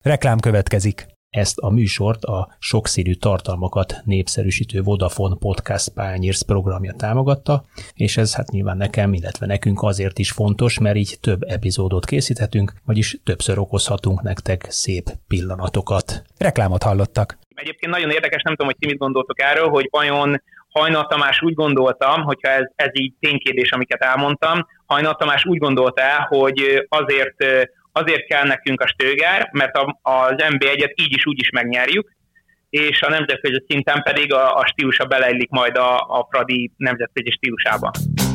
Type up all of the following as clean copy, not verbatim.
Reklám következik. Ezt a műsort a sokszínű tartalmakat népszerűsítő Vodafone Podcast Pioneers programja támogatta, és ez hát nyilván nekem, illetve nekünk azért is fontos, mert így több epizódot készíthetünk, vagyis többször okozhatunk nektek szép pillanatokat. Reklámot hallottak. Egyébként nagyon érdekes, nem tudom, hogy ti mit gondoltok erről, hogy vajon Hajnal Tamás úgy gondolta, hogyha ez így ténykérdés, amiket elmondtam, Hajnal Tamás úgy gondolta, hogy azért kell nekünk a Stöger, mert az NB1-et így is úgy is megnyerjük, és a nemzetközi szinten pedig a stílusa beleillik majd a Fradi nemzetközi stílusába.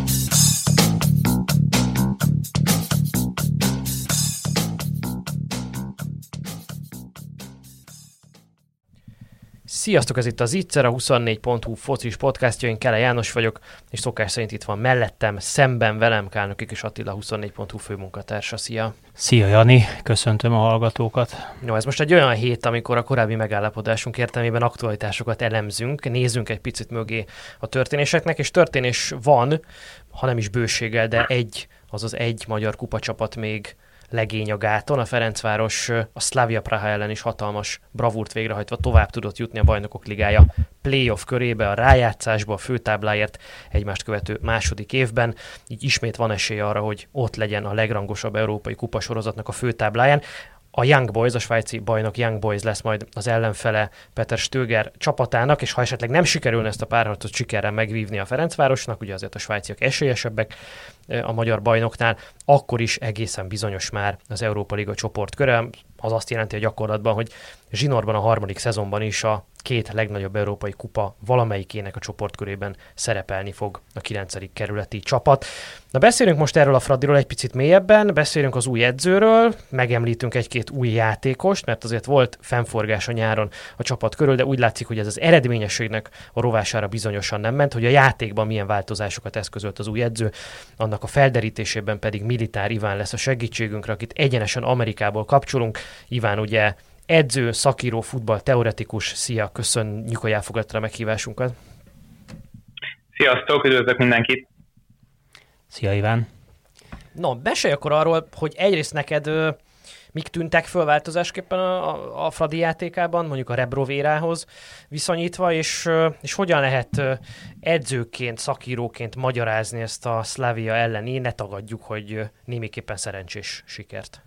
Sziasztok, ez itt az Ittszer, a 24.hu focis podcastja, én Kele János vagyok, és szokás szerint itt van mellettem, szemben velem Kálnoki és Attila, 24.hu főmunkatársa. Szia! Szia Jani, köszöntöm a hallgatókat! No, ez most egy olyan hét, amikor a korábbi megállapodásunk értelmében aktualitásokat elemzünk, nézzünk egy picit mögé a történéseknek, és történés van, ha nem is bőséggel, de egy magyar kupacsapat még legény a gáton. A Ferencváros a Slavia Praha ellen is hatalmas bravúrt végrehajtva tovább tudott jutni a Bajnokok Ligája playoff körébe, a rájátszásba, a főtábláért egymást követő második évben. Így ismét van esély arra, hogy ott legyen a legrangosabb európai kupasorozatnak a főtábláján. A Young Boys, a svájci bajnok Young Boys lesz majd az ellenfele Peter Stöger csapatának, és ha esetleg nem sikerülne ezt a párharcot sikerrel megvívni a Ferencvárosnak, ugye azért a svájciak esélyesebbek a magyar bajnoknál, akkor is egészen bizonyos már az Európa Liga csoportköre. Az azt jelenti a gyakorlatban, hogy zsinórban a harmadik szezonban is a két legnagyobb európai kupa valamelyikének a csoportkörében szerepelni fog a 9. kerületi csapat. Na, beszélünk most erről a Fradiról egy picit mélyebben, beszélünk az új edzőről, megemlítünk egy-két új játékost, mert azért volt fennforgás a nyáron a csapat körül, de úgy látszik, hogy ez az eredményességnek a rovására bizonyosan nem ment, hogy a játékban milyen változásokat eszközölt az új edző, annak a felderítésében pedig Militár Iván lesz a segítségünkre, akit egyenesen Amerikából kapcsolunk. Iván ugye edző, szakíró, futballteoretikus. Szia, köszönjük, hogy elfogadtad a meghívásunkat. Sziasztok, üdvözlök mindenkit! Szia Iván! No, mesélj akkor arról, hogy egyrészt neked mik tűntek föl változásképpen a Fradi játékában, mondjuk a Rebrovérához viszonyítva, és hogyan lehet edzőként, szakíróként magyarázni ezt a Slavia elleni, ne tagadjuk, hogy némiképpen szerencsés sikert.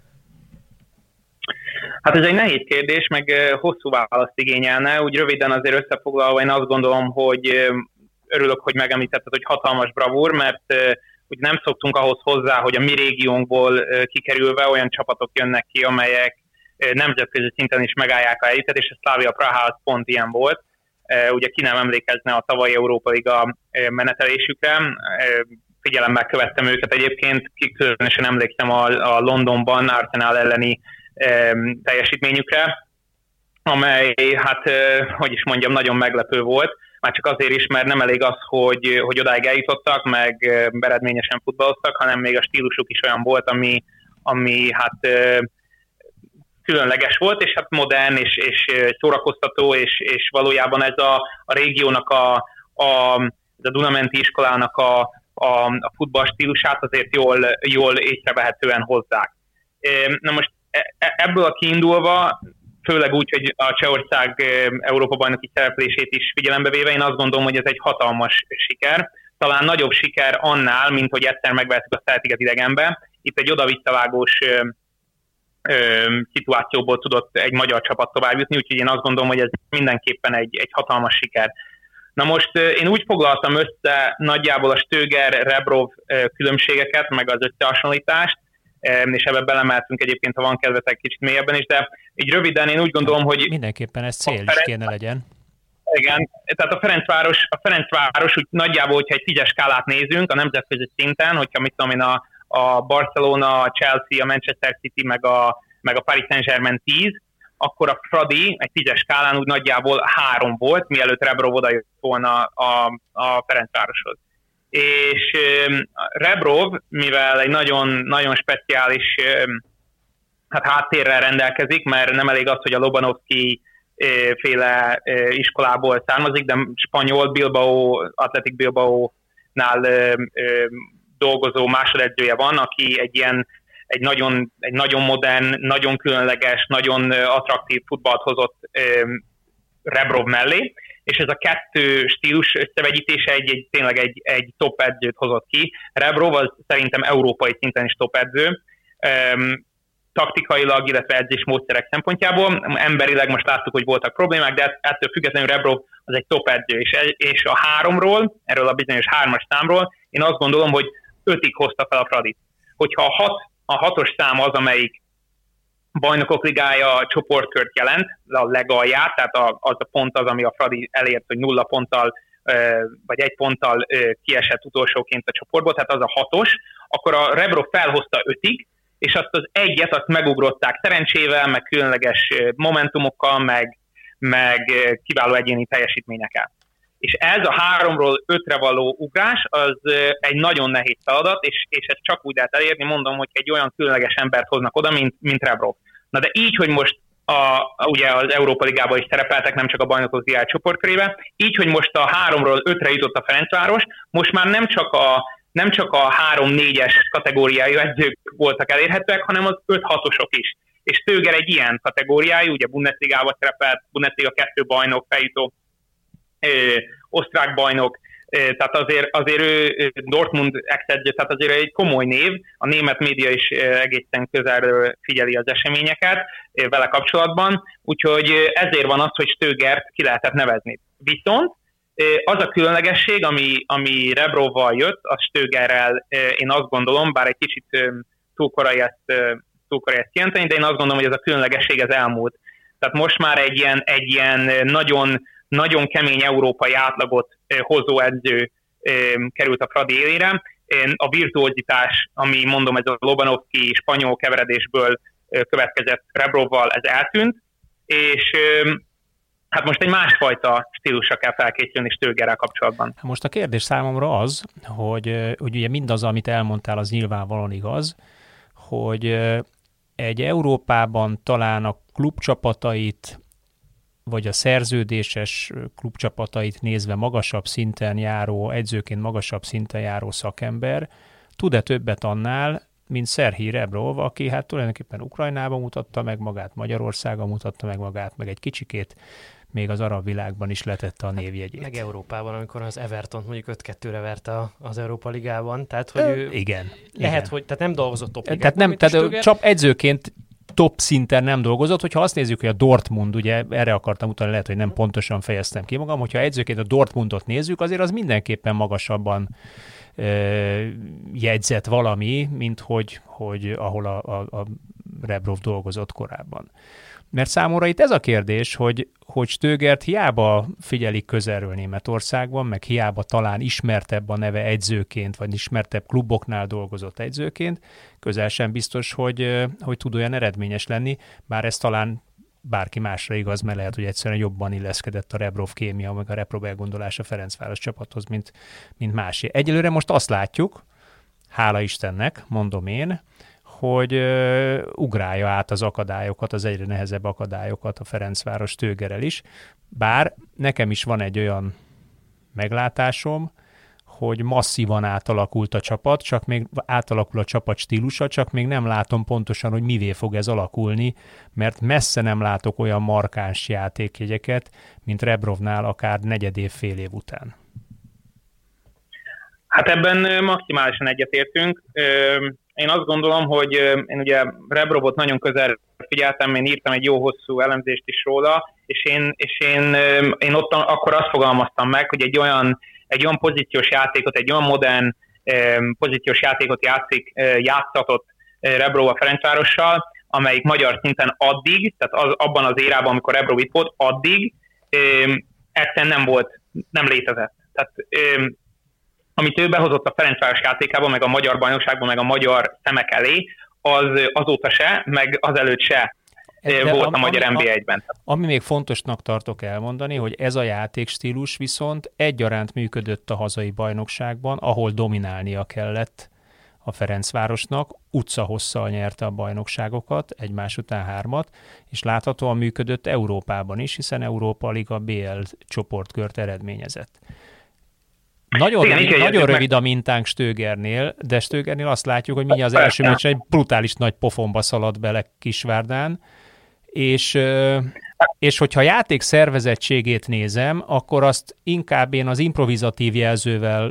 Hát ez egy nehéz kérdés, meg hosszú választ igényelne. Úgy röviden azért összefoglalva én azt gondolom, hogy örülök, hogy megemlítetted, hogy hatalmas bravúr, mert úgy nem szoktunk ahhoz hozzá, hogy a mi régiónkból kikerülve olyan csapatok jönnek ki, amelyek nemzetközi szinten is megállják a helyüket, és a Slavia Praha pont ilyen volt. Ugye ki nem emlékezne a tavalyi Európa Liga menetelésükre. Figyelemmel követtem őket egyébként, különösen emlékszem a Londonban Arsenal elleni teljesítményükre, amely, hát, hogy is mondjam, nagyon meglepő volt. Már csak azért is, mert nem elég az, hogy odáig eljutottak, meg eredményesen futballoztak, hanem még a stílusuk is olyan volt, ami hát különleges volt, és hát modern, és szórakoztató, és valójában ez a régiónak, a Dunamenti iskolának a futball stílusát azért jól észrevehetően hozzák. Na most ebből a kiindulva, főleg úgy, hogy a Csehország Európa-bajnoki szereplését is figyelembe véve, én azt gondolom, hogy ez egy hatalmas siker. Talán nagyobb siker annál, mint hogy egyszer megvehettük a Celticet idegenbe. Itt egy oda-visszavágós szituációból tudott egy magyar csapat tovább jutni, úgyhogy én azt gondolom, hogy ez mindenképpen egy hatalmas siker. Na most én úgy foglaltam össze nagyjából a Stöger-Rebrov különbségeket, meg az összehasonlítást, és ebben belemeltünk egyébként, ha van kedvetek kicsit mélyebben is, de így röviden én úgy gondolom, hogy... Mindenképpen ez cél is kéne legyen. Igen, tehát a Ferencváros úgy nagyjából, hogyha egy 10-es skálát nézünk a nemzetközi szinten, hogyha mit tudom én a Barcelona, a Chelsea, a Manchester City, meg a Paris Saint-Germain 10, akkor a Fradi egy 10-es skálán úgy nagyjából 3 volt, mielőtt Rebrov odajött volna a Ferencvároshoz. És Rebrov, mivel egy nagyon, nagyon speciális háttérrel rendelkezik, mert nem elég az, hogy a Lobanovszky féle iskolából származik, de spanyol Athletic Bilbao-nál dolgozó másodedzője van, aki egy ilyen egy nagyon modern, nagyon különleges, nagyon attraktív futballt hozott Rebrov mellé, és ez a kettő stílus összevegyítése tényleg egy top edzőt hozott ki. Rebrov az szerintem európai szinten is top edző, taktikailag, illetve edzésmódszerek szempontjából. Emberileg most láttuk, hogy voltak problémák, de ettől függetlenül Rebrov az egy top edző, és a 3-ról, erről a bizonyos 3-as számról, én azt gondolom, hogy 5-ig hozta fel a Fradit. Hogyha a 6-os szám az, amelyik Bajnokok Ligája csoportkört jelent, a legalját, tehát az a pont az, ami a Fradi elért, hogy 0 ponttal vagy 1 ponttal kiesett utolsóként a csoportból, tehát az a 6-os, akkor a Rebrov felhozta 5-ig, és azt az egyet azt megugrották szerencsével, meg különleges momentumokkal, meg kiváló egyéni teljesítményekkel. És ez a 3-ról 5-re való ugrás, az egy nagyon nehéz feladat, és ezt csak úgy lehet elérni, mondom, hogy egy olyan különleges embert hoznak oda, mint Rebrov. Na de így, hogy most ugye az Európa Ligában is szerepeltek, nem csak a Bajnokok Ligája csoportkörébe, így, hogy most a 3-ról 5-re jutott a Ferencváros, most már nem csak a 3-4-es kategóriájú edzők voltak elérhetőek, hanem az 5-6-osok is. És Stöger egy ilyen kategóriájú, ugye Bundesligában szerepelt, Bundesliga 2 bajnok, feljutó osztrák bajnok, tehát azért ő Dortmund ex-edző, tehát azért egy komoly név, a német média is egészen közelről figyeli az eseményeket vele kapcsolatban, úgyhogy ezért van az, hogy Stögert ki lehetett nevezni. Viszont az a különlegesség, ami Rebrovval jött, az Stögerrel én azt gondolom, bár egy kicsit túl korai ezt kijelenteni, de én azt gondolom, hogy ez a különlegesség ez elmúlt. Tehát most már egy ilyen nagyon, nagyon kemény európai átlagot hozó edző került a Fradi élére. A virtuozitás, ami mondom, ez a Lobanovszki spanyol keveredésből következett Rebrovval, ez eltűnt, és hát most egy másfajta stílusra kell felkészülni Stögerrel kapcsolatban. Most a kérdés számomra az, hogy ugye mindaz, amit elmondtál, az nyilvánvalóan igaz, hogy egy Európában talán a klubcsapatait, vagy a szerződéses klubcsapatait nézve magasabb szinten járó, edzőként magasabb szinten járó szakember tud-e többet annál, mint Szerhij Rebrov, aki hát tulajdonképpen Ukrajnában mutatta meg magát, Magyarországon mutatta meg magát, meg egy kicsikét még az arab világban is letette a névjegyét. Meg Európában, amikor az Evertont mondjuk 5-2-re verte az Európa Ligában, tehát hogy ő igen. Hogy tehát nem dolgozott top ligában. Tehát csak edzőként top szinten nem dolgozott, hogyha azt nézzük, hogy a Dortmund, ugye erre akartam utalni, lehet, hogy nem pontosan fejeztem ki magam, hogyha edzőként a Dortmundot nézzük, azért az mindenképpen magasabban jegyzett valami, mint hogy ahol a Rebrov dolgozott korábban. Mert számomra itt ez a kérdés, hogy Stögert hiába figyelik közelről Németországban, meg hiába talán ismertebb a neve edzőként, vagy ismertebb kluboknál dolgozott edzőként, közel sem biztos, hogy tud olyan eredményes lenni, bár ez talán bárki másra igaz, mert lehet, hogy egyszerűen jobban illeszkedett a Rebrov kémia, meg a Rebrov elgondolás a Ferencváros csapathoz, mint másé. Egyelőre most azt látjuk, hála Istennek, mondom én, hogy ugrálja át az akadályokat, az egyre nehezebb akadályokat a Ferencváros Stögerrel is. Bár nekem is van egy olyan meglátásom, hogy masszívan átalakult a csapat, csak még átalakul a csapat stílusa, csak még nem látom pontosan, hogy mivé fog ez alakulni, mert messze nem látok olyan markáns játékjegyeket, mint Rebrovnál akár negyedév, fél év után. Hát ebben maximálisan egyetértünk. Én azt gondolom, hogy én ugye Rebrovot nagyon közel figyeltem, én írtam egy jó hosszú elemzést is róla, és én ott akkor azt fogalmaztam meg, hogy egy olyan pozíciós játékot, egy olyan modern pozíciós játékot játszatott Rebrov a Ferencvárossal, amelyik magyar szinten addig, tehát abban az érában, amikor Rebrov itt volt, addig egyszerűen nem létezett. Tehát amit ő behozott a Ferencváros játékában, meg a magyar bajnokságban, meg a magyar szemek elé, az azóta se, meg azelőtt se volt a magyar NB1-ben. Ami még fontosnak tartok elmondani, hogy ez a játékstílus viszont egyaránt működött a hazai bajnokságban, ahol dominálnia kellett a Ferencvárosnak, utcahosszal nyerte a bajnokságokat, egymás után 3-at, és láthatóan működött Európában is, hiszen Európa Liga BL csoportkört eredményezett. Nagyon rövid a mintánk Stögernél, de Stögernél azt látjuk, hogy mindjárt az első meccsre egy brutális nagy pofonba szaladt bele Kisvárdán, és hogyha játék szervezettségét nézem, akkor azt inkább én az improvizatív jelzővel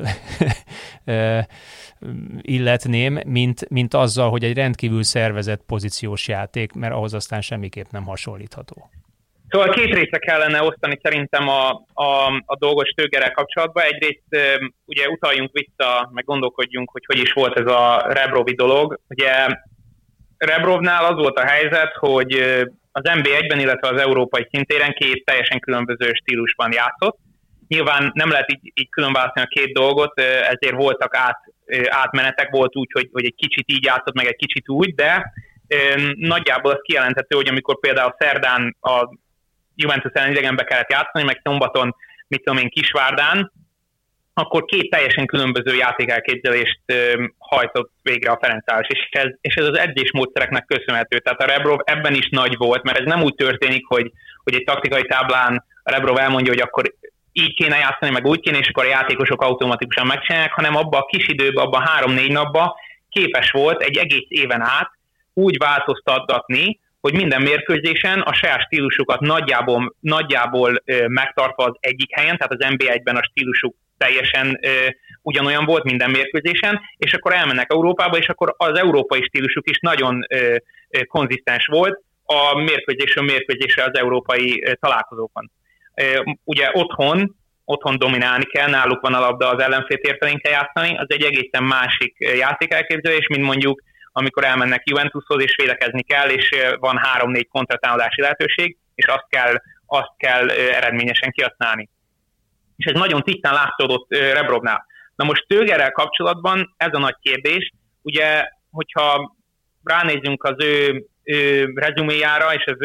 illetném, mint azzal, hogy egy rendkívül szervezett pozíciós játék, mert ahhoz aztán semmiképp nem hasonlítható. Szóval két részre kellene osztani szerintem a dolgot Stögerrel kapcsolatban. Egyrészt ugye utaljunk vissza, meg gondolkodjunk, hogy is volt ez a Rebrovi dolog. Ugye Rebrovnál az volt a helyzet, hogy az NB1-ben, illetve az európai szintéren két teljesen különböző stílusban játszott. Nyilván nem lehet így különválasztani a két dolgot, ezért voltak átmenetek, volt úgy, hogy egy kicsit így játszott, meg egy kicsit úgy, de nagyjából az kijelenthető, hogy amikor például szerdán a Juventus ellen idegenbe kellett játszani, meg szombaton, Kisvárdán, akkor két teljesen különböző játékelképzelést hajtott végre a Ferencváros, és ez az edzésmódszereknek köszönhető. Tehát a Rebrov ebben is nagy volt, mert ez nem úgy történik, hogy egy taktikai táblán a Rebrov elmondja, hogy akkor így kéne játszani, meg úgy kéne, és akkor a játékosok automatikusan megcsinálják, hanem abban a kis időben, abban 3-4 napban képes volt egy egész éven át úgy változtatni, hogy minden mérkőzésen a saját stílusukat nagyjából megtartva az egyik helyen, tehát az NB1-ben a stílusuk teljesen ugyanolyan volt minden mérkőzésen, és akkor elmennek Európába, és akkor az európai stílusuk is nagyon konzisztens volt a mérkőzésről mérkőzésre az európai találkozókon. Ugye otthon dominálni kell, náluk van a labda, az ellenfélt értelénk kell játszani, az egy egészen másik játékelképzelés, mint mondjuk amikor elmennek Juventushoz, és védekezni kell, és van 3-4 kontratámadási lehetőség, és azt kell eredményesen kihasználni. És ez nagyon tisztán látszódott Rebrovnál. Na most Stögerrel kapcsolatban ez a nagy kérdés, ugye, hogyha ránézzünk az ő rezuméjára, és az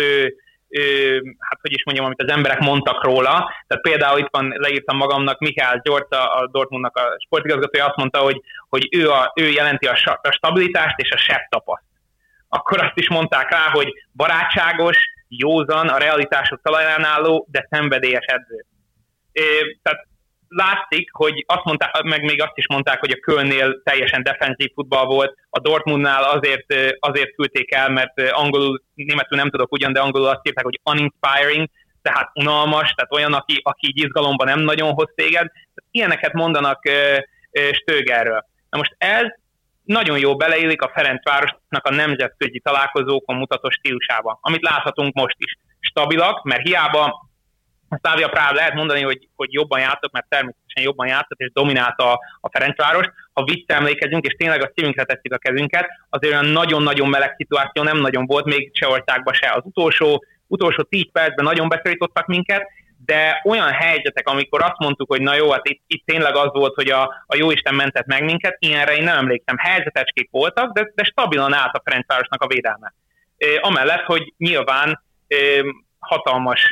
hát hogy is mondjam, amit az emberek mondtak róla. Tehát például itt van, leírtam magamnak, Michael György, a Dortmundnak a sportigazgatója azt mondta, hogy ő jelenti a stabilitást és a sebb tapaszt. Akkor azt is mondták rá, hogy barátságos, józan, a realitások talaján álló, de szenvedélyes edző. Tehát látszik, hogy azt mondták, meg még azt is mondták, hogy a Kölnnél teljesen defenzív futball volt, a Dortmundnál azért küldték el, mert németül nem tudok ugyan, de angolul azt írták, hogy uninspiring, tehát unalmas, tehát olyan, aki így izgalomban nem nagyon hoz téged. Ilyeneket mondanak Stögerről. Na most ez nagyon jó beleillik a Ferencvárosnak a nemzetközi találkozókon mutató stílusába, amit láthatunk most is. Stabilak, mert hiába a Slavia Prag lehet mondani, hogy jobban játszott, mert természetesen jobban játszott, és dominálta a Ferencváros. Ha visszaemlékezünk, és tényleg a szívünkre tesszük a kezünket, azért olyan nagyon-nagyon meleg szituáció nem nagyon volt, még Csehországban se. Az utolsó 10 percben nagyon beszorítottak minket, de olyan helyzetek, amikor azt mondtuk, hogy na jó, hát itt tényleg az volt, hogy a jóisten mentett meg minket, ilyenre én nem emlékszem. Helyzetecskék voltak, de stabilan állt a Ferencvárosnak a védelme. Amellett, hogy nyilván hatalmas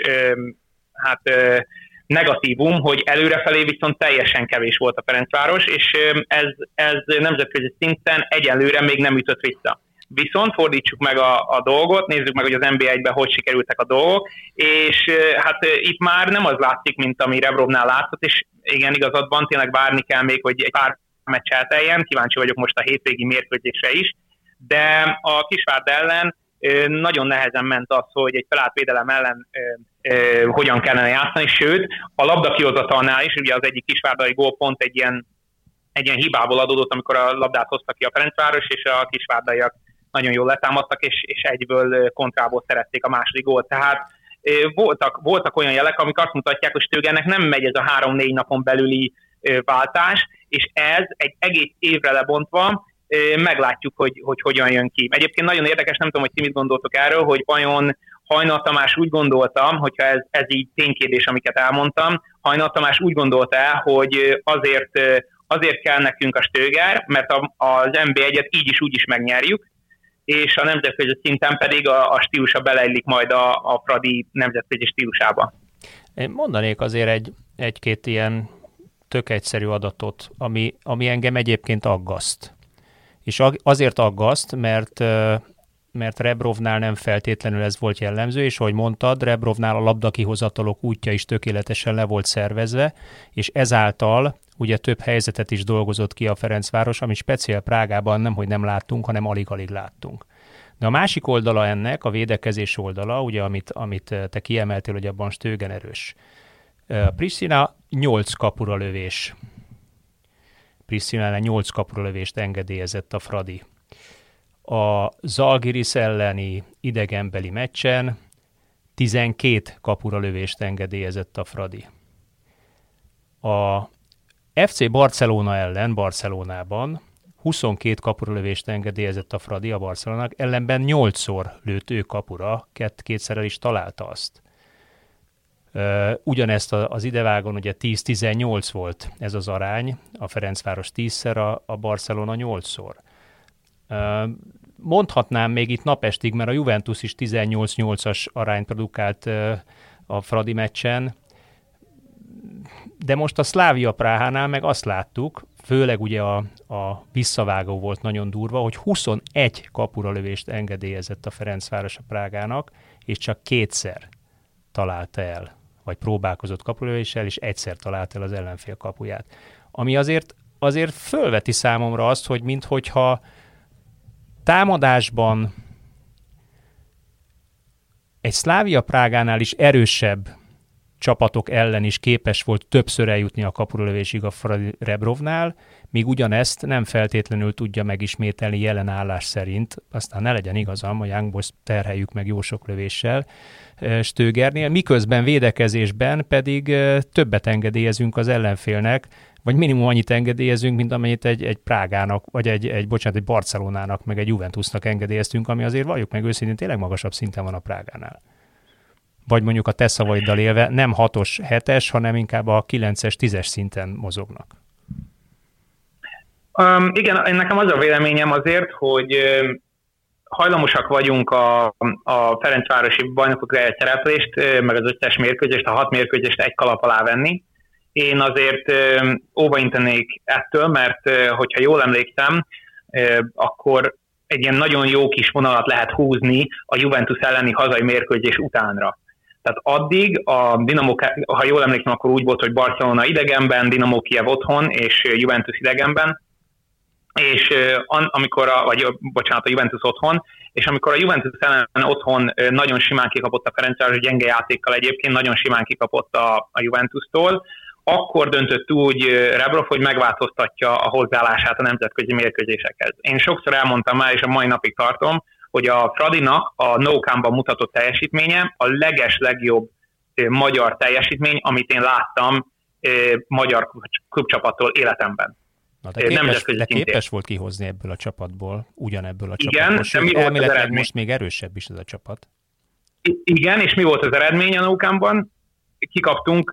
negatívum, hogy előrefelé viszont teljesen kevés volt a Ferencváros, és ez nemzetközi szinten egyenlőre még nem ütött vissza. Viszont fordítsuk meg a dolgot, nézzük meg, hogy az NB1-ben hogy sikerültek a dolgok, és hát itt már nem az látszik, mint ami Rebrovnál látszott, és igen, igazad van, tényleg várni kell még, hogy egy pár meccs elteljen, kíváncsi vagyok most a hétvégi mérkőzésre is, de a Kisvárda ellen nagyon nehezen ment az, hogy egy felállt védelem ellen hogyan kellene játszani, sőt, a labda kihozatalnál is, ugye az egyik kisvárdai gól pont egy ilyen hibából adódott, amikor a labdát hozta ki a Ferencváros, és a kisvárdaiak nagyon jól letámadtak, és egyből kontrából szerezték a második gólt. Tehát voltak olyan jelek, amik azt mutatják, hogy Stögernek nem megy ez a 3-4 napon belüli váltás, és ez egy egész évre lebontva meglátjuk, hogy hogyan jön ki. Egyébként nagyon érdekes, nem tudom, hogy ti mit gondoltok erről, hogy vajon Hajnal Tamás úgy gondoltam, hogyha ez így ténykérdés, amiket elmondtam, Hajnal Tamás úgy gondolta el, hogy azért kell nekünk a Stöger, mert az NB1-et így is úgy is megnyerjük, és a nemzetközi szinten pedig a stílusa beleillik majd a Fradi nemzetközi stílusába. Én mondanék azért egy-két ilyen tök egyszerű adatot, ami engem egyébként aggaszt. És azért aggaszt, mert Rebrovnál nem feltétlenül ez volt jellemző, és ahogy mondtad, Rebrovnál a labdakihozatalok útja is tökéletesen le volt szervezve, és ezáltal ugye több helyzetet is dolgozott ki a Ferencváros, amit speciál Prágában nemhogy nem láttunk, hanem alig-alig láttunk. De a másik oldala ennek, a védekezés oldala, ugye amit te kiemeltél, hogy abban Stögen erős. Pristina 8 kapura lövés. Pristinánál 8 kapura lövést engedélyezett a Fradi. A Zalgiris elleni idegenbeli meccsen 12 kapura lövést engedélyezett a Fradi. A FC Barcelona ellen Barcelonában 22 kapuralövést engedélyezett a Fradi a Barcelonának, ellenben 8-szor lőtt ő kapura, kétszer el is találta azt. Ugyanezt az idevágon ugye 10-18 volt ez az arány, a Ferencváros 10-szer, a Barcelona 8-szor. Mondhatnám még itt napestig, mert a Juventus is 18-8-as arányt produkált a Fradi meccsen, de most a Slavia Prahánál meg azt láttuk, főleg ugye a visszavágó volt nagyon durva, hogy 21 kapuralövést engedélyezett a Ferencváros a Prágának, és csak 2-szer találta el, vagy próbálkozott kapuralövéssel, és egyszer találta el az ellenfél kapuját. Ami azért fölveti számomra azt, hogy minthogyha támadásban egy Slavia Prágánál is erősebb csapatok ellen is képes volt többször eljutni a kapuralövésig a Fradi Rebrovnál, míg ugyanezt nem feltétlenül tudja megismételni jelen állás szerint, aztán ne legyen igazam, a Young Boys terheljük meg jó sok lövéssel Stögernél, miközben védekezésben pedig többet engedélyezünk az ellenfélnek, vagy minimum annyit engedélyezünk, mint amennyit egy Prágának, vagy egy Barcelonának, meg egy Juventusnak engedélyeztünk, ami azért valljuk meg őszintén tényleg magasabb szinten van a Prágánál. Vagy mondjuk a te szavaiddal élve nem 6-os, 7-es, hanem inkább a 9-es, 10-es szinten mozognak. Igen, nekem az a véleményem azért, hogy hajlamosak vagyunk a Ferencvárosi bajnokok szereplést, meg az összes mérkőzést, a 6 mérkőzést egy kalap alá venni. Én azért óvaintenék ettől, mert hogyha jól emlékszem, akkor egy ilyen nagyon jó kis vonalat lehet húzni a Juventus elleni hazai mérkőzés utánra. Tehát addig a Dinamo, ha jól emlékszem, akkor úgy volt, hogy Barcelona idegenben, Dinamo Kiev otthon és Juventus idegenben, és a Juventus otthon, és amikor a Juventus ellen otthon nagyon simán kikapott a Ferencváros, gyenge játékkal egyébként, nagyon simán kikapott a Juventustól, akkor döntött úgy Rebrov, hogy megváltoztatja a hozzáállását a nemzetközi mérkőzésekhez. Én sokszor elmondtam már, és a mai napig tartom, hogy a Fradinak a Nou Camp-ban mutatott teljesítménye a legjobb magyar teljesítmény, amit én láttam magyar klubcsapattól életemben. Na, de képes volt kihozni ebből a csapatból, ugyanebből a csapatból. Igen, elméletileg most még erősebb is ez a csapat. Igen, és mi volt az eredmény a Nou Camp-ban? Kikaptunk,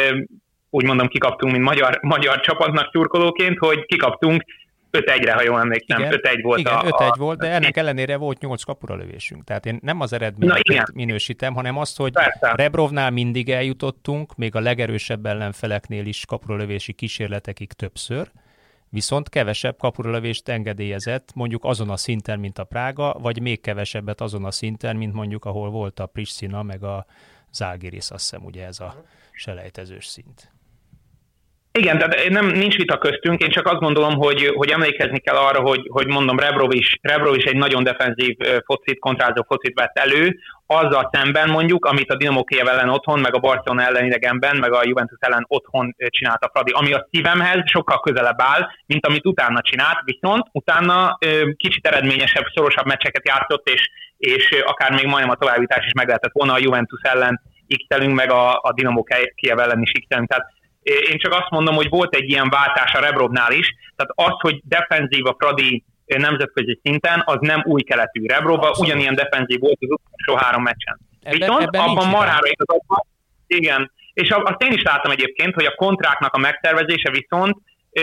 mint magyar csapatnak szurkolóként, hogy kikaptunk 5-1-re, ha jól emlékszem. Igen, 5-1 volt. Igen, 5-1 volt, de ennek ellenére volt 8 kapuralövésünk. Tehát én nem az eredményt minősítem, hanem azt, hogy Rebrovnál mindig eljutottunk, még a legerősebb ellenfeleknél is kapuralövési kísérletekig többször, viszont kevesebb kapuralövést engedélyezett, mondjuk azon a szinten, mint a Prága, vagy még kevesebbet azon a szinten, mint mondjuk ahol volt a Pristina, meg a Zalgiris, azt hiszem, ugye ez a selejtezős szint. Igen, tehát nincs vita köztünk, én csak azt gondolom, hogy emlékezni kell arra, hogy mondom, Rebrov is egy nagyon defenzív focit, kontrázó focit vett elő, azzal szemben mondjuk, amit a Dinamo Kiev ellen otthon, meg a Barcelona ellen idegenben, meg a Juventus ellen otthon csinált a Fradi, ami a szívemhez sokkal közelebb áll, mint amit utána csinált, viszont utána kicsit eredményesebb, szorosabb meccseket játszott, és akár még majdnem a továbbjutás is meg lehetett volna, a Juventus ellen x-elünk, meg a Dinamo Kiev ellen is x-elünk, tehát én csak azt mondom, hogy volt egy ilyen váltás a Rebrovnál is, tehát az, hogy defenzív a Fradi nemzetközi szinten, az nem új keletű. Rebrova ugyanilyen defenzív volt az utolsó 3 meccsen. Viszont abban marhára igazabban, igen, és azt én is láttam egyébként, hogy a kontráknak a megtervezése viszont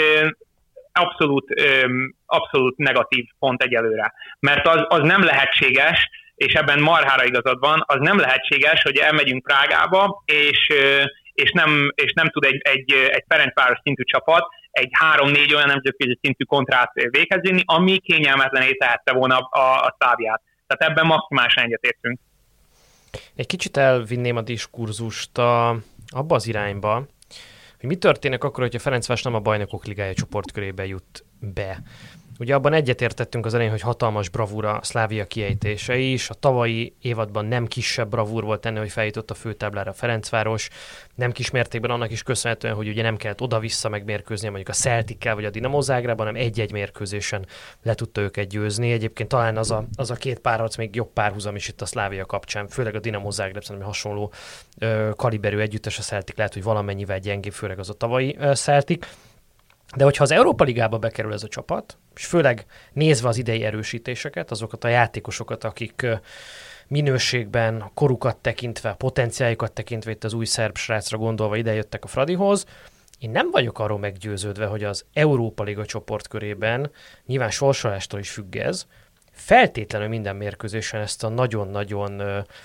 abszolút negatív pont egyelőre. Mert az nem lehetséges, és ebben marhára igazad van, az nem lehetséges, hogy elmegyünk Prágába, és nem tud egy Ferencváros szintű csapat egy 3-4 olyan nemzetközi szintű kontrát végezni, ami kényelmetlené tehette volna a Szláviát. Tehát ebben maximálisan egyetértünk. Egy kicsit elvinném a diskurzust abba az irányba, hogy mi történik akkor, hogyha Ferencváros nem a Bajnokok Ligája csoportkörébe jut be. Ugye abban egyetértettünk az elején, hogy hatalmas bravúra Slavia kiejtése is. A tavalyi évadban nem kisebb bravúr volt ennél, hogy feljutott a főtáblára a Ferencváros. Nem kis mértékben annak is köszönhetően, hogy ugye nem kellett oda-vissza megmérkőzni mondjuk a Celtickel vagy a Dinamo Zágrában, hanem egy-egy mérkőzésen le tudta őket győzni. Egyébként talán az a két párharc még jobb párhuzam is itt a Slavia kapcsán, főleg a Dinamo Zágráb szerintem hasonló kaliberű együttes, a Celtic lehet, hogy valamennyivel gyengébb, főleg az a tavalyi Celtic. De hogyha az Európa Ligába bekerül ez a csapat, és főleg nézve az idei erősítéseket, azokat a játékosokat, akik minőségben, korukat tekintve, potenciáljukat tekintve, itt az új szerb srácra gondolva idejöttek a Fradihoz, én nem vagyok arról meggyőződve, hogy az Európa Liga csoportkörében, nyilván sorsolástól is függ ez, feltétlenül minden mérkőzésen ezt a nagyon-nagyon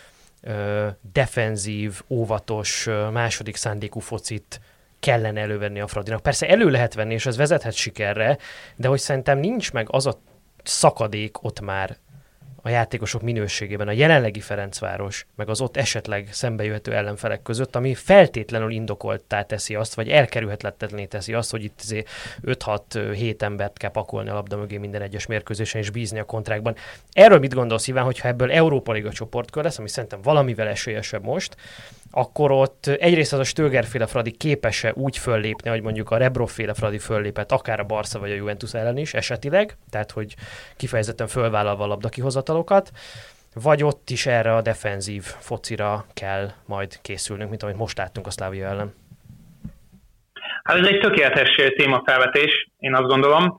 defenzív, óvatos, második szándékú focit kellene elővenni a Fradinak. Persze elő lehet venni, és ez vezethet sikerre, de hogy szerintem nincs meg az a szakadék ott már a játékosok minőségében, a jelenlegi Ferencváros, meg az ott esetleg szembejöhető ellenfelek között, ami feltétlenül indokolttá teszi azt, vagy elkerülhetetlenné teszi azt, hogy itt 5-6-7 embert kell pakolni a labda mögé minden egyes mérkőzésen, és bízni a kontrákban. Erről mit gondolsz, Iván, hogyha ebből Európa Liga csoportkör lesz, ami szerintem valamivel esélyesebb most, akkor ott egyrészt az a Stöger-féle Fradi képes-e úgy föllépni, hogy mondjuk a Rebrov-féle Fradi föllépett, akár a Barca vagy a Juventus ellen is esetileg, tehát hogy kifejezetten fölvállalva a labdakihozatalokat, vagy ott is erre a defenzív focira kell majd készülnünk, mint amit most láttunk a Slavia ellen? Hát ez egy tökéletes témafelvetés, én azt gondolom,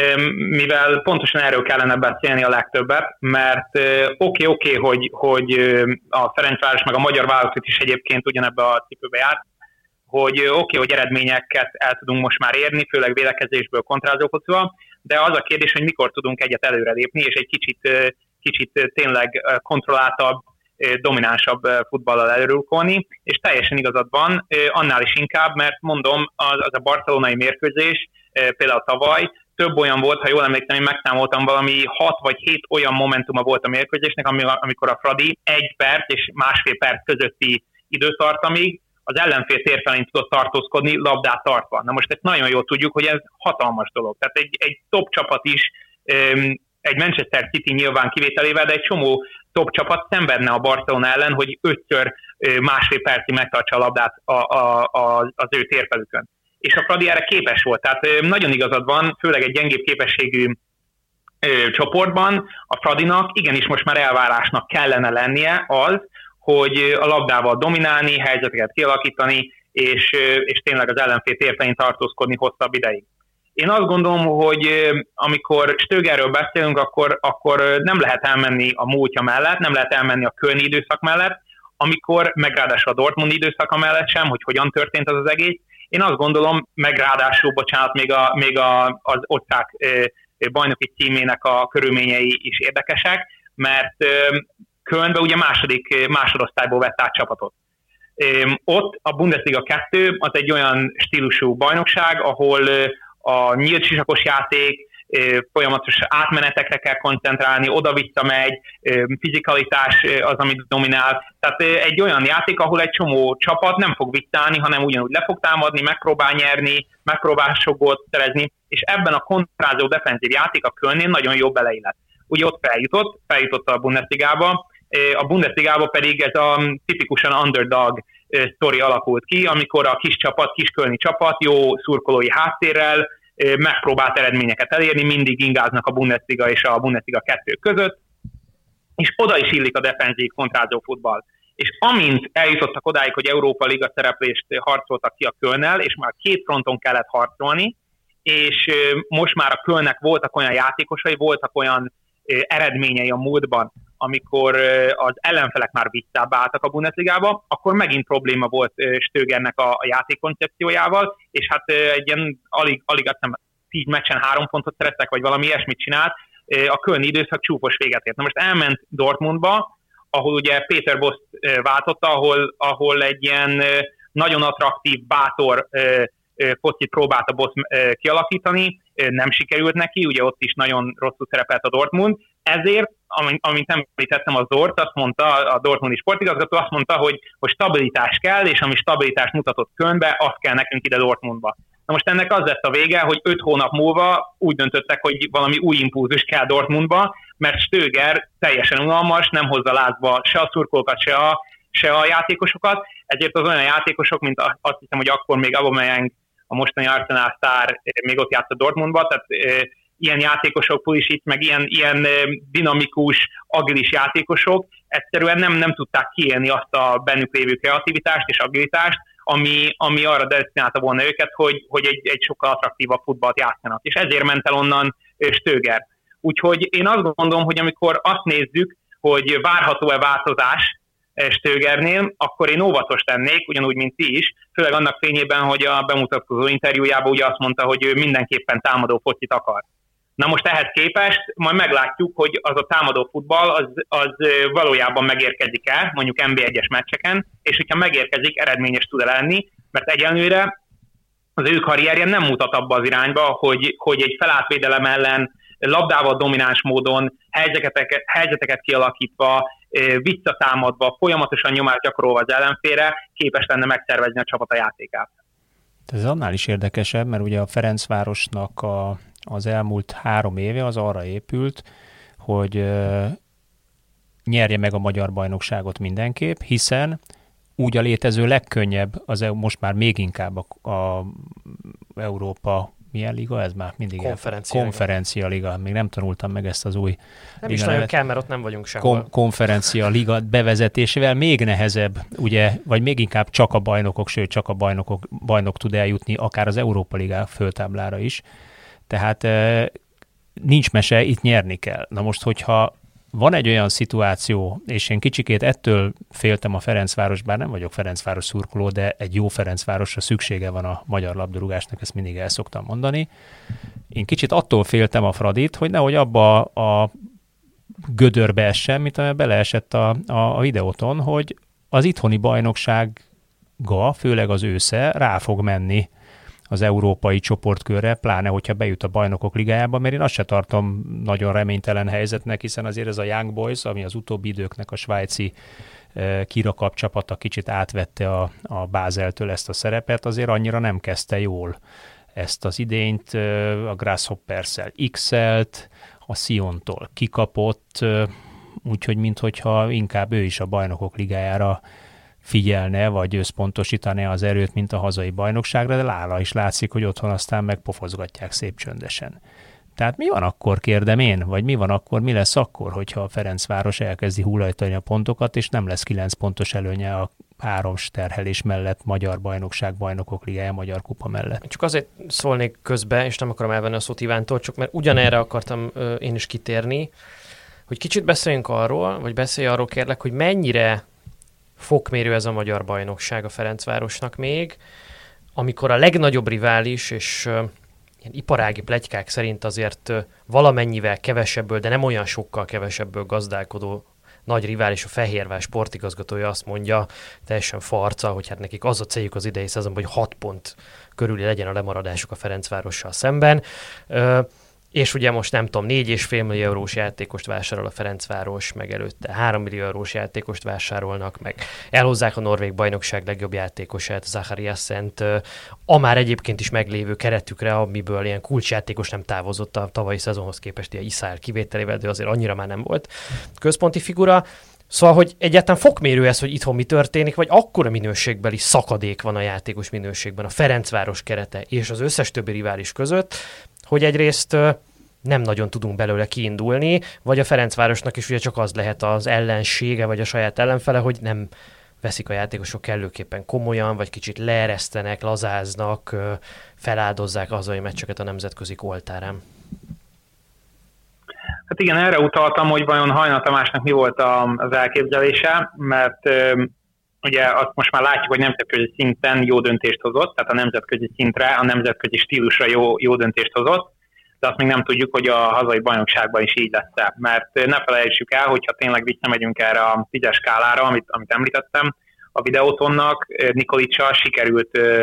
mivel pontosan erről kellene beszélni a legtöbbet, mert oké, hogy a Ferencváros meg a magyar válogatott is egyébként ugyanebbe a cipőbe járt, hogy hogy eredményeket el tudunk most már érni, főleg védekezésből, kontrázó focival, de az a kérdés, hogy mikor tudunk egyet előrelépni, és egy kicsit tényleg kontrolláltabb, dominánsabb futballal előrulkolni, és teljesen igazad van, annál is inkább, mert mondom, az a barcelonai mérkőzés, például tavaly, több olyan volt, ha jól emlékszem, én megszámoltam, valami 6 vagy 7 olyan momentuma volt a mérkőzésnek, amikor a Fradi 1 perc és másfél perc közötti időtartamig az ellenfél térfelén tudott tartózkodni, labdát tartva. Na most ezt nagyon jól tudjuk, hogy ez hatalmas dolog. Tehát egy top csapat is, egy Manchester City nyilván kivételével, de egy csomó top csapat szenvedne a Barcelona ellen, hogy 5-ször másfél percig megtartsa a labdát az ő térfelükön. És a Fradi erre képes volt. Tehát nagyon igazad van, főleg egy gyengébb képességű csoportban a Fradinak igenis most már elvárásnak kellene lennie az, hogy a labdával dominálni, helyzeteket kialakítani, és tényleg az ellenfél térfelén tartózkodni hosszabb ideig. Én azt gondolom, hogy amikor Stögerről beszélünk, akkor nem lehet elmenni a múltja mellett, nem lehet elmenni a kölni időszak mellett, amikor meg ráadásul a Dortmund időszaka mellett sem, hogy hogyan történt az egész. Én azt gondolom, meg ráadásul, bocsánat, még az osztrák bajnoki címének a körülményei is érdekesek, mert Kölnbe ugye másodosztályból vett át csapatot. Ott a Bundesliga 2 az egy olyan stílusú bajnokság, ahol a nyílt sisakos játék, folyamatos átmenetekre kell koncentrálni, oda-vissza megy, fizikalitás az, amit dominál. Tehát egy olyan játék, ahol egy csomó csapat nem fog visszaállni, hanem ugyanúgy le fog támadni, megpróbál nyerni, megpróbál sok gólt szerezni, és ebben a kontrázó defenzív játék a Kölnén nagyon jó beleillett. Ugye ott feljutott a Bundesligába, a Bundesligába pedig ez a tipikusan underdog sztori alakult ki, amikor a kis csapat, kiskölni csapat jó szurkolói háttérrel megpróbált eredményeket elérni, mindig ingáznak a Bundesliga és a Bundesliga 2 között, és oda is illik a defenzív kontrázó futball. És amint eljutottak odáig, hogy Európa Liga szereplést harcoltak ki a Kölnnel, és már 2 fronton kellett harcolni, és most már a Kölnnek voltak olyan játékosai, voltak olyan eredményei a múltban, amikor az ellenfelek már visszább álltak a Bundesligába, akkor megint probléma volt Stögernek a játékkoncepciójával, és hát egy ilyen alig azt hiszem 10 meccsen 3 pontot szereztek, vagy valami ilyesmit csinált, a kölni időszak csúfos véget ért. Na most elment Dortmundba, ahol ugye Peter Bosz váltotta, ahol egy ilyen nagyon attraktív, bátor focit próbált a Bosz kialakítani, nem sikerült neki, ugye ott is nagyon rosszul szerepelt a Dortmund, ezért, amint említettem, a Zort azt mondta, a Dortmundi sportigazgató azt mondta, hogy stabilitás kell, és ami stabilitást mutatott Kölnbe, az kell nekünk ide Dortmundba. Na most ennek az lett a vége, hogy 5 hónap múlva úgy döntöttek, hogy valami új impulzus kell Dortmundba, mert Stöger teljesen unalmas, nem hozza lázba se a szurkolókat, se a játékosokat, ezért az olyan játékosok, mint azt hiszem, hogy akkor még Aubameyang, a mostani Arsenal sztár még ott játszott Dortmundba, tehát ilyen játékosok, Pulisic, meg ilyen dinamikus, agilis játékosok egyszerűen nem tudták kiélni azt a bennük lévő kreativitást és agilitást, ami arra destinálta volna őket, hogy egy sokkal attraktívabb futballt játszanak. És ezért ment el onnan Stöger. Úgyhogy én azt gondolom, hogy amikor azt nézzük, hogy várható-e változás Stögernél, akkor én óvatos lennék, ugyanúgy, mint ti is, főleg annak fényében, hogy a bemutatkozó interjújában ugye azt mondta, hogy ő mindenképpen támadó focit akar. Na most ehhez képest majd meglátjuk, hogy az a támadó futball az valójában megérkezik-e, mondjuk NB1-es meccseken, és hogyha megérkezik, eredményes tud lenni, mert egyenlőre az ő karrierje nem mutat abba az irányba, hogy egy felálltvédelem ellen labdával domináns módon, helyzeteket kialakítva, visszatámadva, folyamatosan nyomást gyakorolva az ellenfélre képes lenne megszervezni a csapat a játékát. Ez annál is érdekesebb, mert ugye a Ferencvárosnak az elmúlt 3 éve az arra épült, hogy nyerje meg a magyar bajnokságot mindenképp, hiszen úgy a létező legkönnyebb, most már még inkább a Európa, milyen liga ez már mindig? Konferencia liga. Még nem tanultam meg ezt az új nem is nagyon kell, mert ott nem vagyunk sehol. Konferencia liga bevezetésével még nehezebb, ugye, vagy még inkább csak a bajnokok, sőt csak a bajnok tud eljutni, akár az Európa Liga föltáblára is. Tehát nincs mese, itt nyerni kell. Na most, hogyha van egy olyan szituáció, és én kicsikét ettől féltem a Ferencváros, bár nem vagyok Ferencváros szurkoló, de egy jó Ferencvárosra szüksége van a magyar labdarúgásnak, ezt mindig el szoktam mondani. Én kicsit attól féltem a Fradit, hogy nehogy abba a gödörbe essen, mint amely beleesett a videóton, hogy az itthoni bajnoksága, főleg az ősze, rá fog menni az európai csoportkörre, pláne, hogyha bejut a Bajnokok Ligájába, mert én azt se tartom nagyon reménytelen helyzetnek, hiszen azért ez a Young Boys, ami az utóbbi időknek a svájci kirakap csapata kicsit átvette a Bázeltől ezt a szerepet, azért annyira nem kezdte jól ezt az idényt, a Grasshoppers-szel X-elt, a Siontól kikapott, úgyhogy minthogyha inkább ő is a Bajnokok Ligájára figyelne, vagy összpontosítani az erőt, mint a hazai bajnokságra, de lála is látszik, hogy otthon aztán megpofozgatják szép csöndesen. Tehát mi van akkor, kérdem én, vagy mi lesz akkor, hogyha a Ferencváros elkezdi hullajtani a pontokat, és nem lesz 9 pontos előnye a 3 terhelés mellett, Magyar Bajnokság, Bajnokok Ligája, Magyar Kupa mellett. Csak azért szólnék közbe, és nem akarom elvenni a szót Ivántól, csak mert ugyanerre akartam én is kitérni, hogy kicsit beszéljünk arról, vagy beszélj arról kérlek, hogy mennyire fokmérő ez a magyar bajnokság a Ferencvárosnak még, amikor a legnagyobb rivális, és ilyen iparági pletykák szerint azért valamennyivel kevesebből, de nem olyan sokkal kevesebből gazdálkodó nagy rivális, a Fehérvár sportigazgatója azt mondja, teljesen farca, hogy hát nekik az a céljuk az idei szezonban, hogy 6 pont körüli legyen a lemaradásuk a Ferencvárossal szemben. És ugye most nem tudom, 4,5 millió eurós játékost vásárol a Ferencváros, meg előtte 3 millió eurós játékost vásárolnak, meg elhozzák a norvég bajnokság legjobb játékosát, Zachariassent, a már egyébként is meglévő keretükre, amiből ilyen kulcsjátékos nem távozott a tavalyi szezonhoz képest, ilyen Iszár kivételével, de azért annyira már nem volt központi figura. Szóval, hogy egyáltalán fokmérő ez, hogy itthon mi történik, vagy akkora minőségbeli szakadék van a játékos minőségben a Ferencváros kerete és az összes többi rivális között, hogy egyrészt nem nagyon tudunk belőle kiindulni, vagy a Ferencvárosnak is ugye csak az lehet az ellensége, vagy a saját ellenfele, hogy nem veszik a játékosok kellőképpen komolyan, vagy kicsit leeresztenek, lazáznak, feláldozzák hazai meccseket a nemzetközi oltárán. Hát igen, erre utaltam, hogy vajon Hajnal Tamásnak mi volt az elképzelése, mert ugye azt most már látjuk, hogy nemzetközi szinten jó döntést hozott, tehát a nemzetközi szintre, a nemzetközi stílusra jó döntést hozott, de azt még nem tudjuk, hogy a hazai bajnokságban is így lesz. Mert ne felejtsük el, hogyha tényleg visszamegyünk erre a 10-es skálára, amit említettem, a videótonnak Nikolicsal sikerült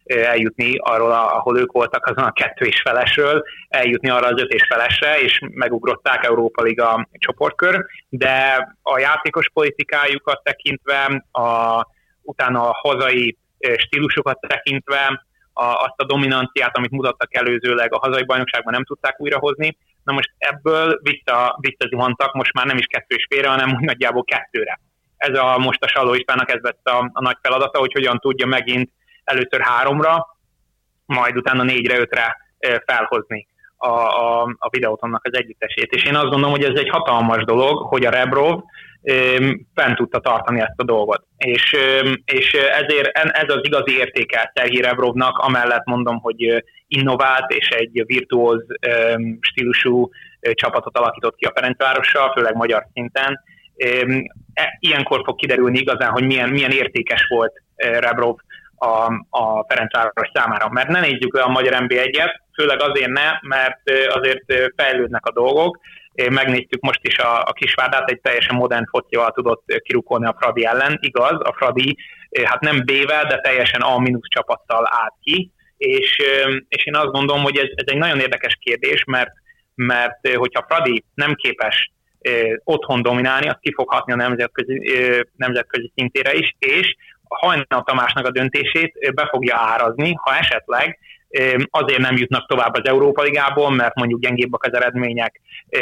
eljutni arról, ahol ők voltak azon a 2,5-esről, eljutni arra az 5,5-esre, és megugrották Európa Liga csoportkör, de a játékos politikájukat tekintve, utána a hazai stílusokat tekintve, azt a dominanciát, amit mutattak előzőleg a hazai bajnokságban nem tudták újrahozni. Na most ebből visszazuhantak, most már nem is 2,5-re, hanem nagyjából 2-re. Ez most a Salló Istvánnak ez lett a nagy feladata, hogy hogyan tudja megint először 3-ra, majd utána 4-re, 5-re felhozni a Videotonnak az együttesét. És én azt gondolom, hogy ez egy hatalmas dolog, hogy a Rebrov fent tudta tartani ezt a dolgot. És ezért ez az igazi értéke Szerhij Rebrovnak, amellett mondom, hogy innovált és egy virtuóz stílusú csapatot alakított ki a Ferencvárossal, főleg magyar szinten. Ilyenkor fog kiderülni igazán, hogy milyen értékes volt Rebrov a Ferencváros számára. Mert ne nézzük le a magyar NB1-et, főleg azért ne, mert azért fejlődnek a dolgok. Megnéztük most is a Kisvárdát, egy teljesen modern focival tudott kirukkolni a Fradi ellen. Igaz, a Fradi hát nem B-vel, de teljesen A- csapattal állt ki, és én azt gondolom, hogy ez egy nagyon érdekes kérdés, mert hogyha Fradi nem képes otthon dominálni, az ki fog hatni a nemzetközi szintére is, és a Hajnal Tamásnak a döntését be fogja árazni, ha esetleg azért nem jutnak tovább az Európa Ligából, mert mondjuk gyengébbek az eredmények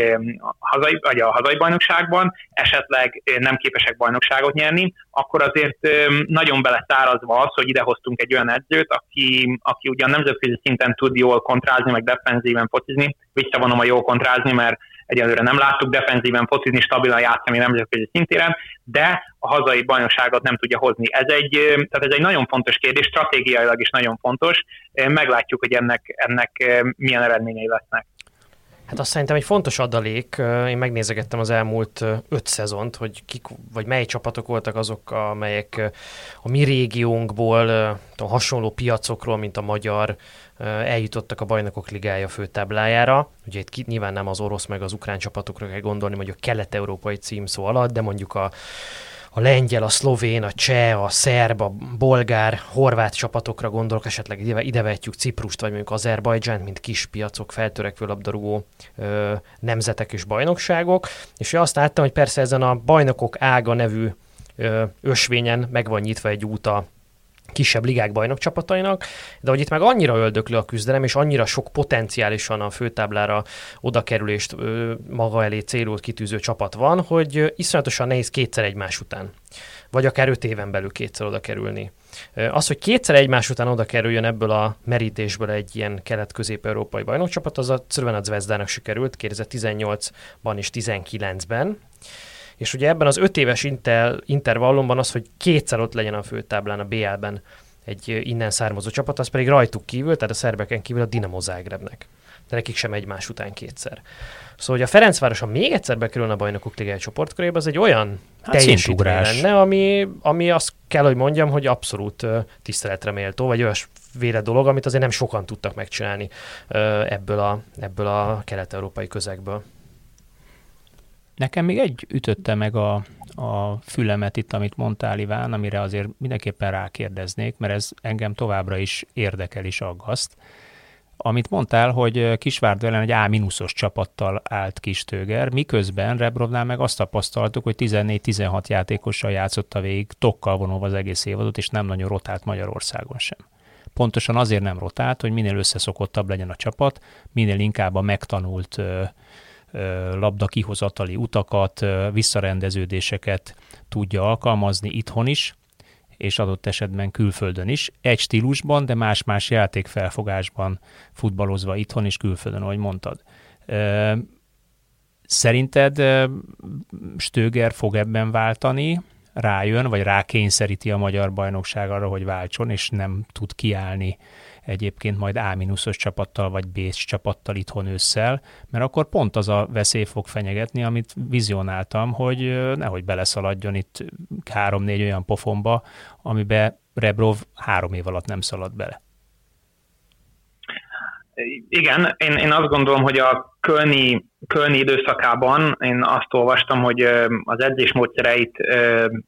a hazai bajnokságban, esetleg nem képesek bajnokságot nyerni, akkor azért nagyon beleszárazva az, hogy idehoztunk egy olyan edzőt, aki ugyan nemzetközi szinten tud jól kontrázni, meg defenzíven focizni, visszavonom a jól kontrázni, mert egyelőre nem láttuk defenzíven focizni, stabilan játszani nemzetközi szintéren, de a hazai bajnokságot nem tudja hozni. Ez egy nagyon fontos kérdés, stratégiailag is nagyon fontos. Meglátjuk, hogy ennek milyen eredményei lesznek. Hát azt szerintem egy fontos adalék, én megnézegettem az elmúlt 5 szezont, hogy vagy mely csapatok voltak azok, amelyek a mi régiónkból, hasonló piacokról, mint a magyar, eljutottak a Bajnokok Ligája főtáblájára. Ugye itt nyilván nem az orosz meg az ukrán csapatokra kell gondolni, mondjuk a kelet-európai címszó alatt, de mondjuk a lengyel, a szlovén, a cseh, a szerb, a bolgár, horvát csapatokra gondolok, esetleg ide vehetjük Ciprust, vagy mondjuk Azerbajdzsánt, mint kis piacok, feltörekvő labdarúgó nemzetek és bajnokságok. És azt láttam, hogy persze ezen a Bajnokok Ága nevű ösvényen meg van nyitva egy út a kisebb ligák bajnokcsapatainak, de hogy itt meg annyira öldöklő a küzdelem, és annyira sok potenciálisan a főtáblára odakerülést maga elé célul kitűző csapat van, hogy iszonyatosan nehéz kétszer egymás után, vagy akár 5 éven belül kétszer oda kerülni. Az, hogy kétszer egymás után oda kerüljön ebből a merítésből egy ilyen kelet-közép-európai bajnokcsapat, az a Crvena Zvezdának sikerült 2018-ban és 2019-ben, és ugye ebben az 5 éves intervallumban az, hogy kétszer ott legyen a főtáblán, a BL-ben egy innen származó csapat, az pedig rajtuk kívül, tehát a szerbeken kívül a Dinamo Zágrebnek. De nekik sem egymás után kétszer. Szóval, hogy a Ferencváros, ha még egyszer bekerülne a Bajnokok Ligája csoportkörébe, az egy olyan teljesítmény lenne, ami azt kell, hogy mondjam, hogy abszolút tiszteletre méltó, vagy olyasféle dolog, amit azért nem sokan tudtak megcsinálni ebből a kelet-európai közegből. Nekem még egy ütötte meg a fülemet itt, amit mondtál, Iván, amire azért mindenképpen rákérdeznék, mert ez engem továbbra is érdekel és aggaszt. Amit mondtál, hogy Kisvárda ellen egy A-os csapattal állt Kistőger, miközben Rebrovnál meg azt tapasztaltuk, hogy 14-16 játékossal játszotta végig, tokkal vonulva az egész évadot, és nem nagyon rotált Magyarországon sem. Pontosan azért nem rotált, hogy minél összeszokottabb legyen a csapat, minél inkább a megtanult labda kihozatali utakat, visszarendeződéseket tudja alkalmazni itthon is, és adott esetben külföldön is. Egy stílusban, de más-más játékfelfogásban futballozva itthon és külföldön, ahogy mondtad. Szerinted Stöger fog ebben váltani? Rájön, vagy rákényszeríti a magyar bajnokság arra, hogy váltson, és nem tud kiállni egyébként majd A-os csapattal, vagy B-s csapattal itthon ősszel, mert akkor pont az a veszély fog fenyegetni, amit vizionáltam, hogy nehogy beleszaladjon itt 3-4 olyan pofonba, amiben Rebrov 3 év alatt nem szalad bele. Igen, én azt gondolom, hogy a kölni időszakában én azt olvastam, hogy az edzés módszereit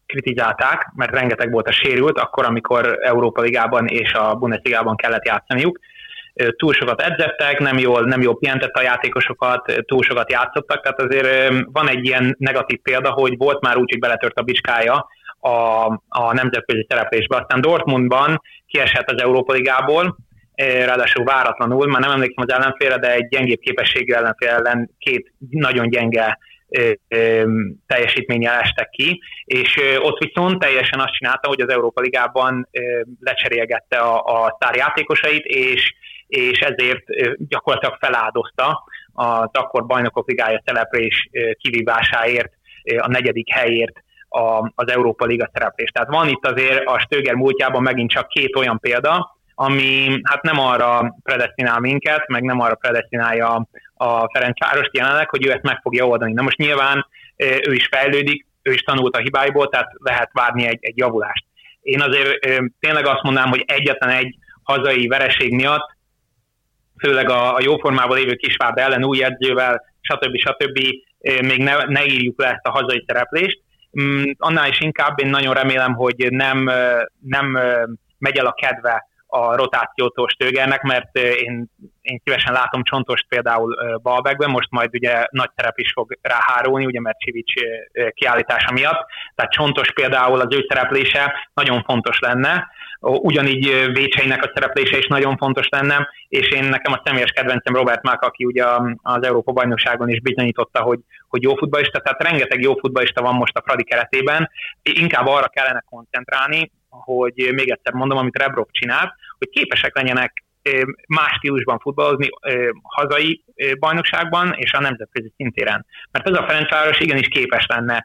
kritizálták, mert rengeteg volt a sérült, akkor, amikor Európa Ligában és a Bundesligában kellett játszaniuk. Túl sokat edzettek, nem jól pihentett a játékosokat, túl sokat játszottak, tehát azért van egy ilyen negatív példa, hogy volt már úgy, hogy beletört a bicskája a nemzetközi szereplésbe. Aztán Dortmundban kiesett az Európa Ligából, ráadásul váratlanul, már nem emlékszem az ellenfélre, de egy gyengébb képességű ellenfél ellen két nagyon gyenge teljesítménnyel estek ki, és ott viszont teljesen azt csinálta, hogy az Európa Ligában lecserélgette a sztárjátékosait, és ezért gyakorlatilag feláldozta az akkor Bajnokok Ligája szereplés kivívásáért, a 4. helyért az Európa Liga szereplés. Tehát van itt azért a Stöger múltjában megint csak 2 olyan példa, ami hát nem arra predesztinál minket, meg nem arra predesztinálja a Ferencvárost jelenleg, hogy ő ezt meg fogja oldani. Na most nyilván ő is fejlődik, ő is tanult a hibáiból, tehát lehet várni egy javulást. Én azért tényleg azt mondanám, hogy egyetlen egy hazai vereség miatt, főleg a jó formában lévő Kisvárda ellen, új edzővel, stb. Még ne írjuk le ezt a hazai szereplést. Annál is inkább én nagyon remélem, hogy nem megy el a kedve a rotációtól Stögernek, mert én szívesen látom Csontost például Balbekben, most majd ugye nagy szerep is fog ráhárulni, ugye mert Csivics kiállítása miatt, tehát Csontos például az ő szereplése nagyon fontos lenne, ugyanígy Vécseinek a szereplése is nagyon fontos lenne, és nekem a személyes kedvencem Robert Mák, aki ugye az Európa-bajnokságon is bizonyította, hogy jó futballista, tehát rengeteg jó futballista van most a Fradi keretében, inkább arra kellene koncentrálni, hogy még egyszer mondom, amit Rebrov csinált, hogy képesek legyenek más stílusban futballozni hazai bajnokságban és a nemzetközi szintéren. Mert ez a Ferencváros igenis képes lenne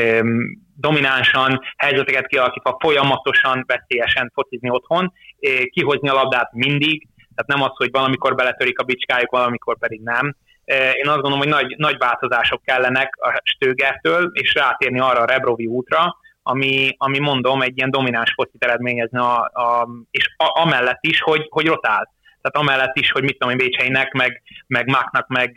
dominánsan, helyzeteket kialakítva, folyamatosan, veszélyesen focizni otthon, kihozni a labdát mindig, tehát nem az, hogy valamikor beletörik a bicskájuk, valamikor pedig nem. Én azt gondolom, hogy nagy változások kellenek a Stögertől, és rátérni arra a Rebrovi útra, ami mondom, egy ilyen domináns focit eredményezne, és amellett is, hogy rotál. Tehát amellett is, hogy mit tudom én, Vécseinek, meg Máknak, meg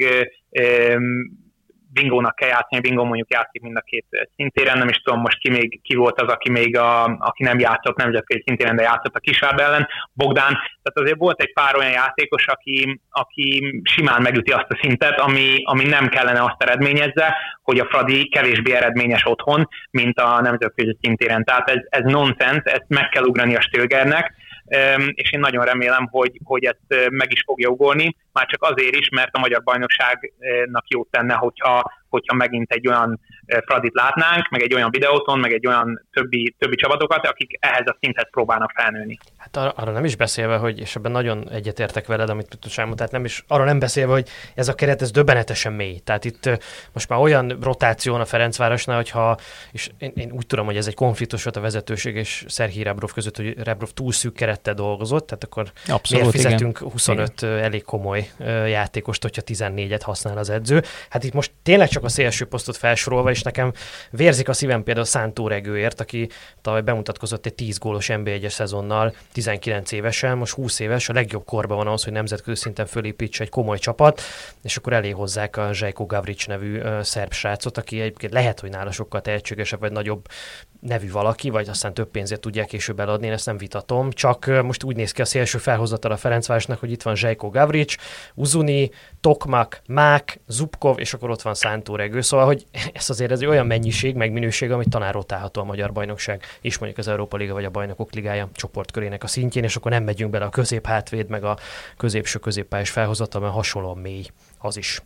Bingónak kell játszani, Bingó mondjuk játszik mind a 2 szintéren, nem is tudom most ki volt az, aki nem játszott nemzetközi szintéren, de játszott a Kisvárda ellen, Bogdán, tehát azért volt egy pár olyan játékos, aki simán megüti azt a szintet, ami nem kellene azt eredményezze, hogy a Fradi kevésbé eredményes otthon, mint a nemzetközi szintéren. Tehát ez nonsens, ezt meg kell ugrani a Stögernek, és én nagyon remélem, hogy ezt meg is fogja ugolni, már csak azért is, mert a magyar bajnokságnak jót tenne, hogyha megint egy olyan Fradit látnánk, meg egy olyan videóton, meg egy olyan többi csapatokat, akik ehhez a szinthez próbálnak felnőni. Hát arra nem is beszélve, hogy, és ebben nagyon egyetértek veled, amit tudsz elmondani, tehát arra nem beszélve, hogy ez a keret, ez döbbenetesen mély. Tehát itt most már olyan rotáció a Ferencvárosnál, hogyha, és én úgy tudom, hogy ez egy konfliktus volt a vezetőség és Szerhij Rebrov között, hogy Rebrov túl szűk kerettel dolgozott, tehát akkor abszolút, miért fizetünk igen. 25 elég komoly játékost, hogyha 14-et használ az edző. Hát itt most tényleg csak a szélső posztot felsorolva, és nekem vérzik a szívem például Szántó Regőért, aki tavaly bemutatkozott egy 10 gólos NB1-es szezonnal, 19 évesen, most 20 éves, a legjobb korban van ahhoz, hogy nemzetközi szinten fölépítse egy komoly csapat, és akkor elé hozzák a Željko Gavrić nevű szerb srácot, aki egyébként lehet, hogy nála sokkal tehetségesebb, vagy nagyobb nevű valaki, vagy aztán több pénzért tudják később eladni, én ezt nem vitatom, csak most úgy néz ki a szélső felhozatal a Ferencvárosnak, hogy itt van Željko Gavrić, Uzuni, Tokmak, Mák, Zubkov, és akkor ott van Szántó Regő, szóval, hogy ez azért ez olyan mennyiség, meg minőség, amit talán rotálható a magyar bajnokság, és mondjuk az Európa Liga vagy a Bajnokok Ligája csoportkörének a szintjén, és akkor nem megyünk bele a középhátvéd, meg a középső középpályás felhozatal, mert hasonlóan mély az is.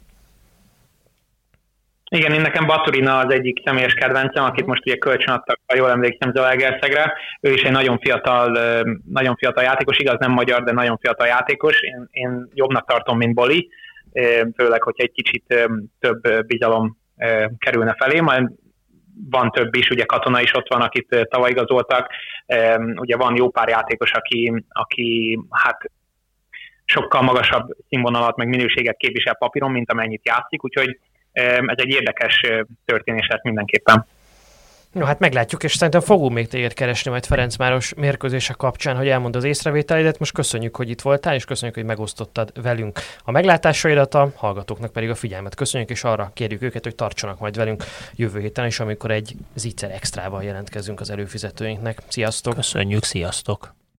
Igen, én nekem Baturina az egyik személyes kedvencem, akit most ugye kölcsön adtak, ha jól emlékszem, Zalaegerszegre. Ő is egy nagyon fiatal játékos, igaz nem magyar, de nagyon fiatal játékos. Én jobbnak tartom, mint Boli, főleg, hogyha egy kicsit több bizalom kerülne felé, majd van több is, ugye Katona is ott van, akit tavaly igazoltak, ugye van jó pár játékos, aki hát sokkal magasabb színvonalat, meg minőséget képvisel papíron, mint amennyit játszik, úgyhogy ez egy érdekes történés lesz mindenképpen. No, hát meglátjuk, és szerintem fogunk még téged keresni majd Ferencváros mérkőzése kapcsán, hogy elmond az észrevételeidet. Most köszönjük, hogy itt voltál, és köszönjük, hogy megosztottad velünk a meglátásaidat, a hallgatóknak pedig a figyelmet köszönjük, és arra kérjük őket, hogy tartsanak majd velünk jövő héten is, amikor egy Zicser extrával jelentkezünk az előfizetőinknek. Sziasztok! Köszönjük, sziasztok!